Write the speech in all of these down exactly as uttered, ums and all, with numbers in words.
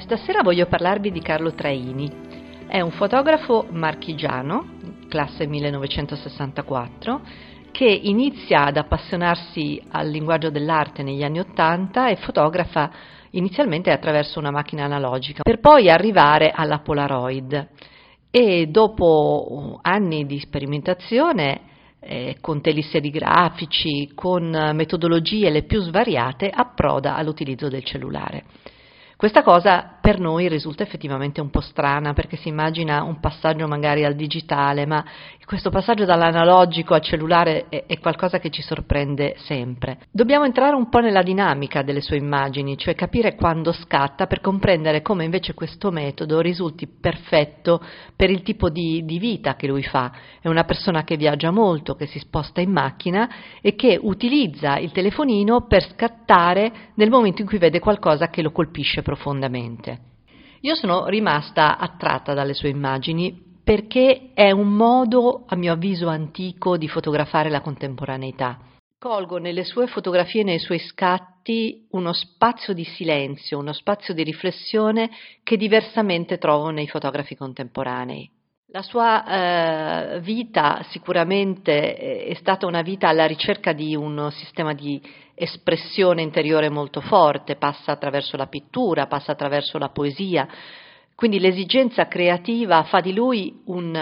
Stasera voglio parlarvi di Carlo Traini. È un fotografo marchigiano, classe millenovecentosessantaquattro, che inizia ad appassionarsi al linguaggio dell'arte negli anni Ottanta e fotografa inizialmente attraverso una macchina analogica, per poi arrivare alla Polaroid. E dopo anni di sperimentazione, eh, con teleserigrafici, con metodologie le più svariate, approda all'utilizzo del cellulare. Questa cosa per noi risulta effettivamente un po' strana, perché si immagina un passaggio magari al digitale, ma questo passaggio dall'analogico al cellulare è, è qualcosa che ci sorprende sempre. Dobbiamo entrare un po' nella dinamica delle sue immagini, cioè capire quando scatta, per comprendere come invece questo metodo risulti perfetto per il tipo di, di vita che lui fa. È una persona che viaggia molto, che si sposta in macchina e che utilizza il telefonino per scattare nel momento in cui vede qualcosa che lo colpisce profondamente. Io sono rimasta attratta dalle sue immagini perché è un modo, a mio avviso, antico di fotografare la contemporaneità. Colgo nelle sue fotografie e nei suoi scatti uno spazio di silenzio, uno spazio di riflessione che diversamente trovo nei fotografi contemporanei. La sua eh, vita sicuramente è stata una vita alla ricerca di un sistema di espressione interiore molto forte, passa attraverso la pittura, passa attraverso la poesia, quindi l'esigenza creativa fa di lui un,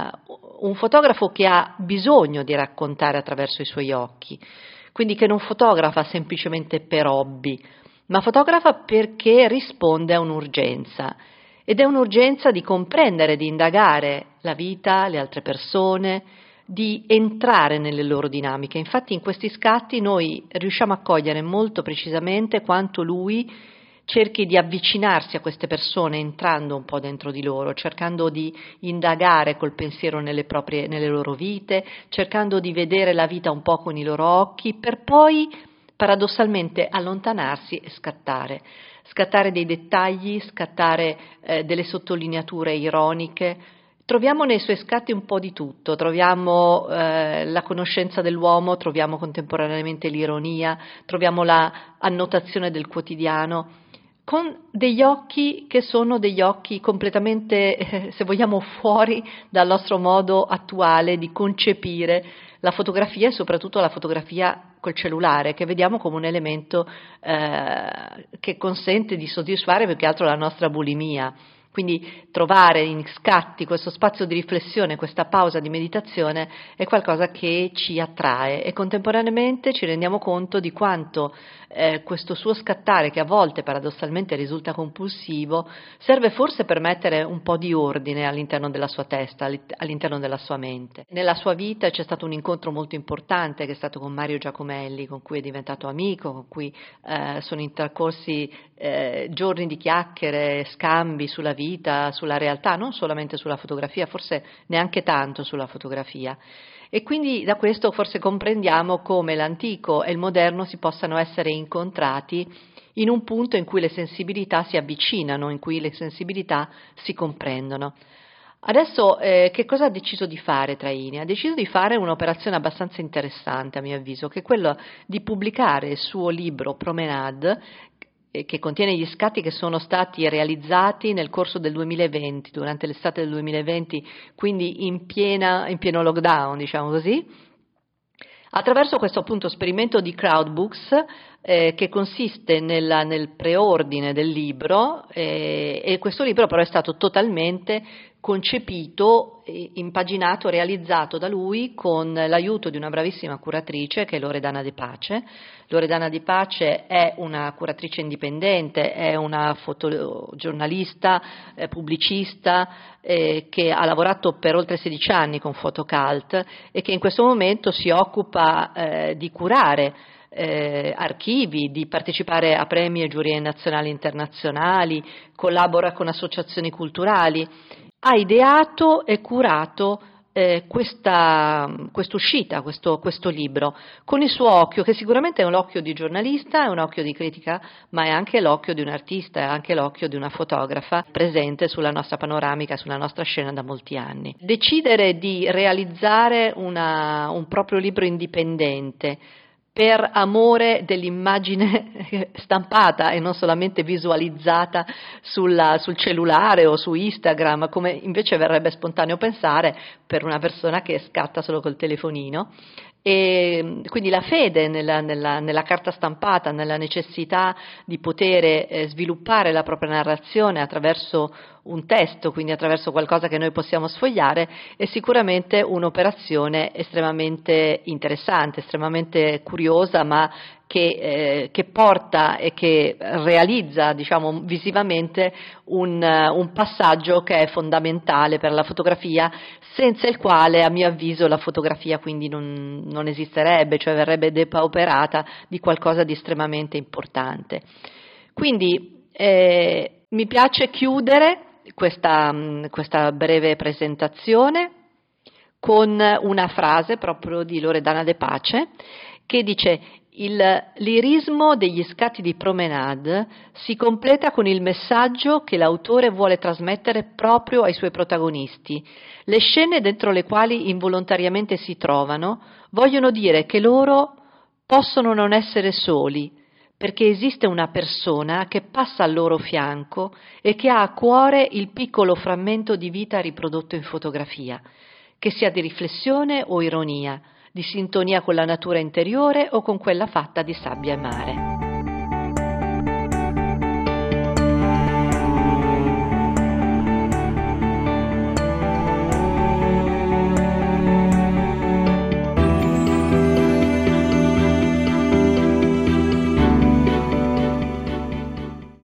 uh, un fotografo che ha bisogno di raccontare attraverso i suoi occhi, quindi che non fotografa semplicemente per hobby, ma fotografa perché risponde a un'urgenza. Ed è un'urgenza di comprendere, di indagare la vita, le altre persone, di entrare nelle loro dinamiche. Infatti in questi scatti noi riusciamo a cogliere molto precisamente quanto lui cerchi di avvicinarsi a queste persone entrando un po' dentro di loro, cercando di indagare col pensiero nelle proprie, nelle loro vite, cercando di vedere la vita un po' con i loro occhi, per poi paradossalmente allontanarsi e scattare. Scattare dei dettagli, scattare eh, delle sottolineature ironiche. Troviamo nei suoi scatti un po' di tutto, troviamo eh, la conoscenza dell'uomo, troviamo contemporaneamente l'ironia, troviamo la annotazione del quotidiano, con degli occhi che sono degli occhi completamente, eh, se vogliamo, fuori dal nostro modo attuale di concepire la fotografia e soprattutto la fotografia col cellulare, che vediamo come un elemento eh, che consente di soddisfare più che altro la nostra bulimia. Quindi trovare in scatti questo spazio di riflessione, questa pausa di meditazione è qualcosa che ci attrae e contemporaneamente ci rendiamo conto di quanto eh, questo suo scattare, che a volte paradossalmente risulta compulsivo, serve forse per mettere un po' di ordine all'interno della sua testa, all'interno della sua mente. Nella sua vita c'è stato un incontro molto importante che è stato con Mario Giacomelli, con cui è diventato amico, con cui eh, sono intercorsi eh, giorni di chiacchiere, scambi sulla vita, vita, sulla realtà, non solamente sulla fotografia, forse neanche tanto sulla fotografia. E quindi da questo forse comprendiamo come l'antico e il moderno si possano essere incontrati in un punto in cui le sensibilità si avvicinano, in cui le sensibilità si comprendono. Adesso eh, che cosa ha deciso di fare Traini? Ha deciso di fare un'operazione abbastanza interessante a mio avviso, che è quella di pubblicare il suo libro Promenade, che contiene gli scatti che sono stati realizzati nel corso del duemilaventi, durante l'estate del duemilaventi, quindi in, piena, in pieno lockdown, diciamo così, attraverso questo appunto esperimento di Crowdbooks eh, che consiste nella, nel preordine del libro eh, e questo libro però è stato totalmente concepito, impaginato, realizzato da lui con l'aiuto di una bravissima curatrice che è Loredana De Pace. Loredana Di Pace è una curatrice indipendente, è una fotogiornalista, eh, pubblicista eh, che ha lavorato per oltre sedici anni con Photocult e che in questo momento si occupa eh, di curare Eh, archivi, di partecipare a premi e giurie nazionali e internazionali, collabora con associazioni culturali. Ha ideato e curato eh, questa uscita, questo, questo libro, con il suo occhio, che sicuramente è un occhio di giornalista, è un occhio di critica, ma è anche l'occhio di un artista, è anche l'occhio di una fotografa presente sulla nostra panoramica, sulla nostra scena da molti anni. Decidere di realizzare una, un proprio libro indipendente, per amore dell'immagine stampata e non solamente visualizzata sulla, sul cellulare o su Instagram, come invece verrebbe spontaneo pensare per una persona che scatta solo col telefonino. E quindi la fede nella, nella, nella carta stampata, nella necessità di poter eh, sviluppare la propria narrazione attraverso un testo, quindi attraverso qualcosa che noi possiamo sfogliare, è sicuramente un'operazione estremamente interessante, estremamente curiosa, ma che, eh, che porta e che realizza, diciamo, visivamente un, un passaggio che è fondamentale per la fotografia, senza il quale, a mio avviso, la fotografia quindi non, non esisterebbe, cioè verrebbe depauperata di qualcosa di estremamente importante. Quindi eh, mi piace chiudere questa, questa breve presentazione con una frase proprio di Loredana De Pace che dice: il lirismo degli scatti di promenade si completa con il messaggio che l'autore vuole trasmettere proprio ai suoi protagonisti. Le scene dentro le quali involontariamente si trovano vogliono dire che loro possono non essere soli, perché esiste una persona che passa al loro fianco e che ha a cuore il piccolo frammento di vita riprodotto in fotografia, che sia di riflessione o ironia, di sintonia con la natura interiore o con quella fatta di sabbia e mare.